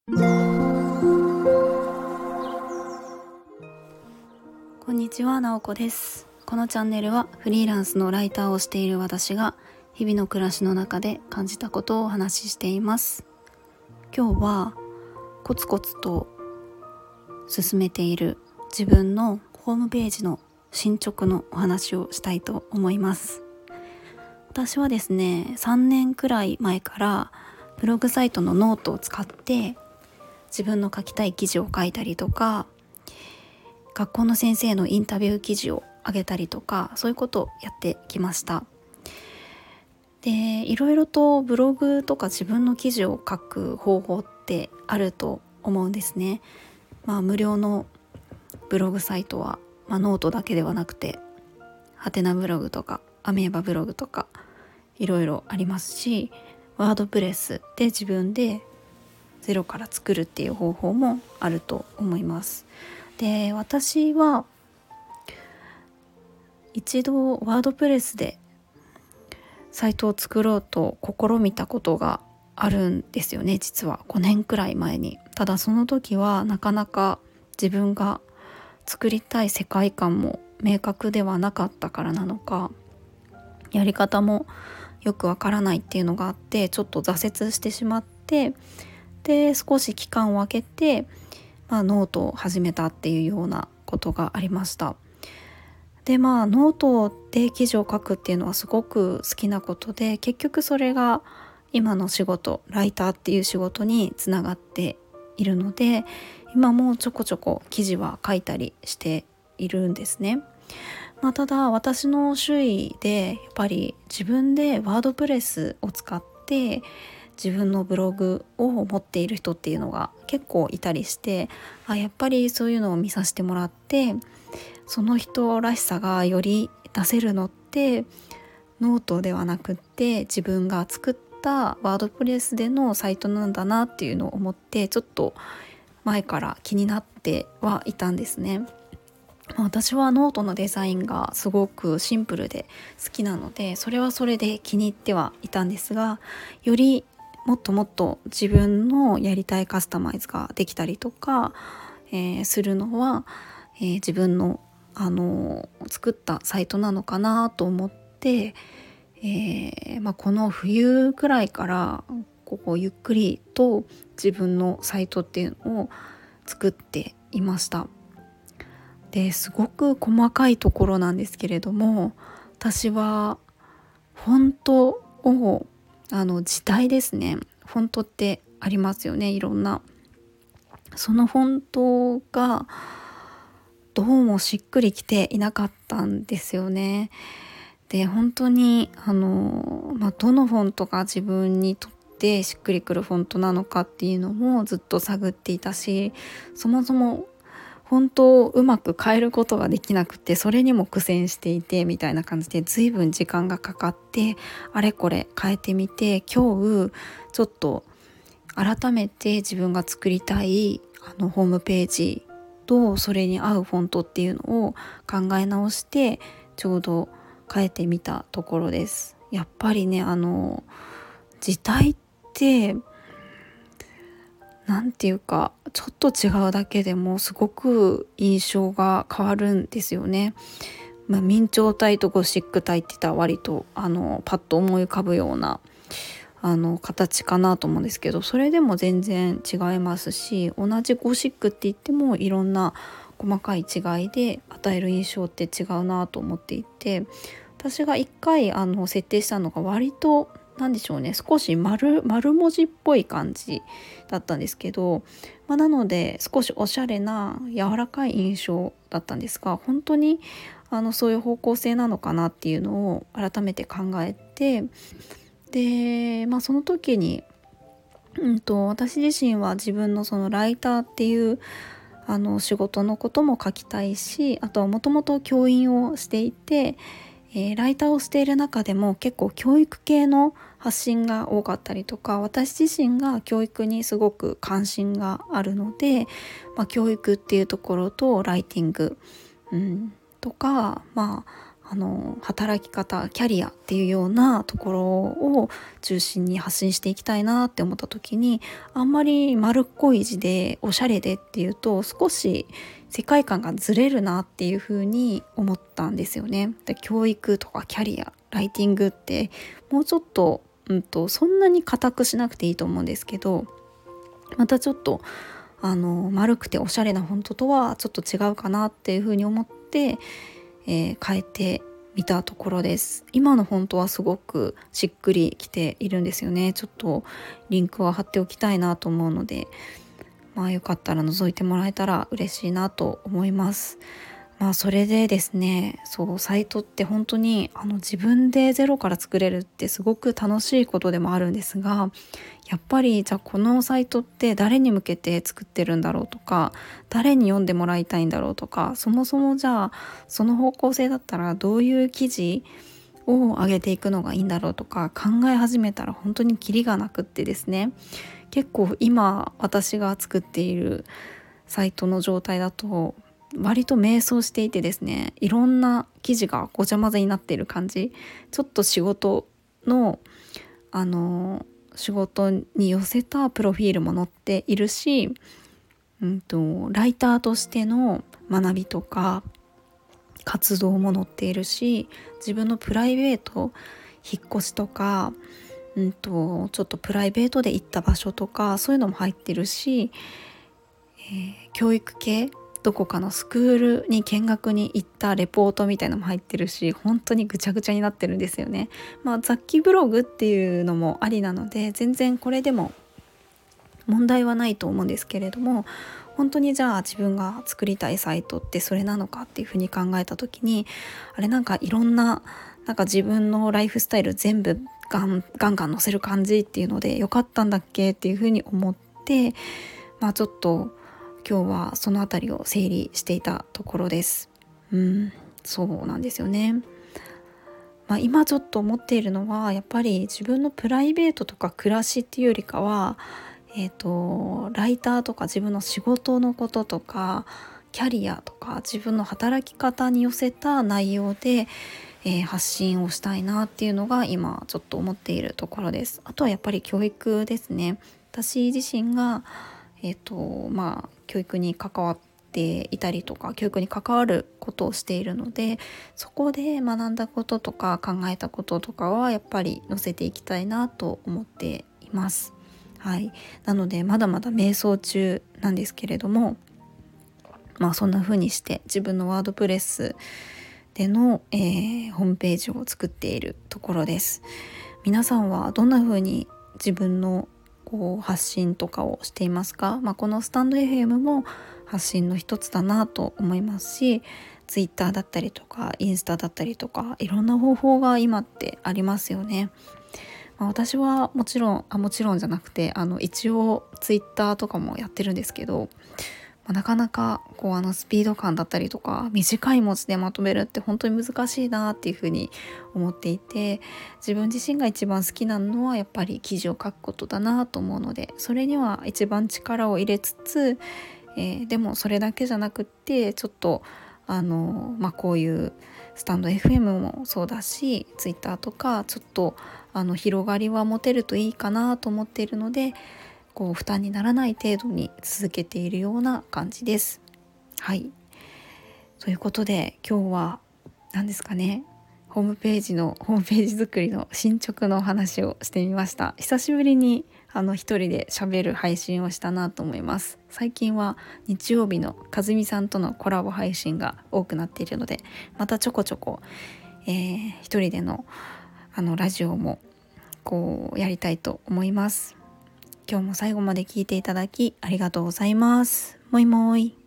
こんにちは、なおこです。このチャンネルはフリーランスのライターをしている私が日々の暮らしの中で感じたことをお話ししています。今日はコツコツと進めている自分のホームページの進捗のお話をしたいと思います。私はですね、3年くらい前からブログサイトのノートを使って自分の書きたい記事を書いたりとか、学校の先生のインタビュー記事を上げたりとか、そういうことをやってきました。で、いろいろとブログとか自分の記事を書く方法ってあると思うんですね。無料のブログサイトは、ノートだけではなくてハテナブログとかアメーバブログとかいろいろありますし、ワードプレスで自分でゼロから作るっていう方法もあると思います。で、私は一度ワードプレスでサイトを作ろうと試みたことがあるんですよね。実は5年くらい前に。ただその時はなかなか自分が作りたい世界観も明確ではなかったからなのか、やり方もよくわからないっていうのがあって、ちょっと挫折してしまって、で少し期間を空けて、ノートを始めたっていうようなことがありました。で、ノートで記事を書くっていうのはすごく好きなことで、結局それが今の仕事、ライターっていう仕事につながっているので、今もちょこちょこ記事は書いたりしているんですね。ただ私の周囲でやっぱり自分でワードプレスを使って自分のブログを持っている人っていうのが結構いたりして、やっぱりそういうのを見させてもらって、その人らしさがより出せるのってノートではなくって自分が作ったワードプレスでのサイトなんだなっていうのを思って、ちょっと前から気になってはいたんですね。私はノートのデザインがすごくシンプルで好きなので、それはそれで気に入ってはいたんですが、よりもっともっと自分のやりたいカスタマイズができたりとか、するのは、自分の、作ったサイトなのかなと思って、この冬くらいからここゆっくりと自分のサイトっていうのを作っていました。ですごく細かいところなんですけれども、私はフォントを字体ですね。フォントってありますよね、いろんな。そのフォントがどうもしっくりきていなかったんですよね。で、本当にどのフォントが自分にとってしっくりくるフォントなのかっていうのもずっと探っていたし、そもそもフォントをうまく変えることができなくて、それにも苦戦していてみたいな感じで、随分時間がかかってあれこれ変えてみて、今日ちょっと改めて自分が作りたいホームページとそれに合うフォントっていうのを考え直して、ちょうど変えてみたところです。やっぱりね、字体ってなんていうか、ちょっと違うだけでもすごく印象が変わるんですよね。明朝体とゴシック体って言ったら割とパッと思い浮かぶような形かなと思うんですけど、それでも全然違いますし、同じゴシックって言ってもいろんな細かい違いで与える印象って違うなと思っていて、私が一回設定したのが割となんでしょうね、少し丸文字っぽい感じだったんですけど、なので少しおしゃれな柔らかい印象だったんですが、本当にそういう方向性なのかなっていうのを改めて考えて、で、その時に、私自身は自分のそのライターっていう仕事のことも書きたいし、あとはもともと教員をしていて、ライターをしている中でも結構教育系の発信が多かったりとか、私自身が教育にすごく関心があるので、教育っていうところとライティング、とか、 働き方、キャリアっていうようなところを中心に発信していきたいなって思った時に、あんまり丸っこい字でおしゃれでっていうと少し世界観がずれるなっていうふうに思ったんですよね。で、教育とかキャリア、ライティングってもうちょっと、そんなに固くしなくていいと思うんですけど、またちょっと丸くておしゃれなフォントとはちょっと違うかなっていうふうに思って、変えてみたところです。今のフォントはすごくしっくりきているんですよね。ちょっとリンクは貼っておきたいなと思うので、よかったら覗いてもらえたら嬉しいなと思います。それでですね、サイトって本当に自分でゼロから作れるってすごく楽しいことでもあるんですが、やっぱりじゃあこのサイトって誰に向けて作ってるんだろうとか、誰に読んでもらいたいんだろうとか、そもそもじゃあその方向性だったらどういう記事を上げていくのがいいんだろうとか考え始めたら本当にキリがなくってですね、結構今私が作っているサイトの状態だと割と迷走していてですね、いろんな記事がごちゃ混ぜになっている感じ。ちょっと仕事の仕事に寄せたプロフィールも載っているし、ライターとしての学びとか活動も載っているし、自分のプライベート、引っ越しとか、ちょっとプライベートで行った場所とかそういうのも入ってるし、教育系、どこかのスクールに見学に行ったレポートみたいなのも入ってるし、本当にぐちゃぐちゃになってるんですよね。雑記ブログっていうのもありなので全然これでも問題はないと思うんですけれども、本当にじゃあ自分が作りたいサイトってそれなのかっていうふうに考えた時に、あれいろんな自分のライフスタイル全部ガンガン載せる感じっていうのでよかったんだっけっていうふうに思って、ちょっと今日はそのあたりを整理していたところです。そうなんですよね。今ちょっと思っているのはやっぱり自分のプライベートとか暮らしっていうよりかは、ライターとか自分の仕事のこととかキャリアとか自分の働き方に寄せた内容で、発信をしたいなっていうのが今ちょっと思っているところです。あとはやっぱり教育ですね。私自身が教育に関わっていたりとか教育に関わることをしているので、そこで学んだこととか考えたこととかはやっぱり載せていきたいなと思っています。なのでまだまだ迷走中なんですけれども、そんな風にして自分のワードプレスでの、ホームページを作っているところです。皆さんはどんな風に自分の発信とかをしていますか？このスタンド FM も発信の一つだなと思いますし、ツイッターだったりとかインスタだったりとかいろんな方法が今ってありますよね。私はもちろんじゃなくて一応ツイッターとかもやってるんですけど、なかなかスピード感だったりとか短い文字でまとめるって本当に難しいなっていうふうに思っていて、自分自身が一番好きなのはやっぱり記事を書くことだなと思うので、それには一番力を入れつつ、でもそれだけじゃなくってちょっとこういうスタンド FM もそうだしツイッターとかちょっと広がりは持てるといいかなと思っているので、負担にならない程度に続けているような感じです。ということで今日は何ですかね、ホームページ作りの進捗のお話をしてみました。久しぶりに一人で喋る配信をしたなと思います。最近は日曜日のかずみさんとのコラボ配信が多くなっているので、またちょこちょこ、一人でのラジオもやりたいと思います。今日も最後まで聞いていただきありがとうございます。もいもい。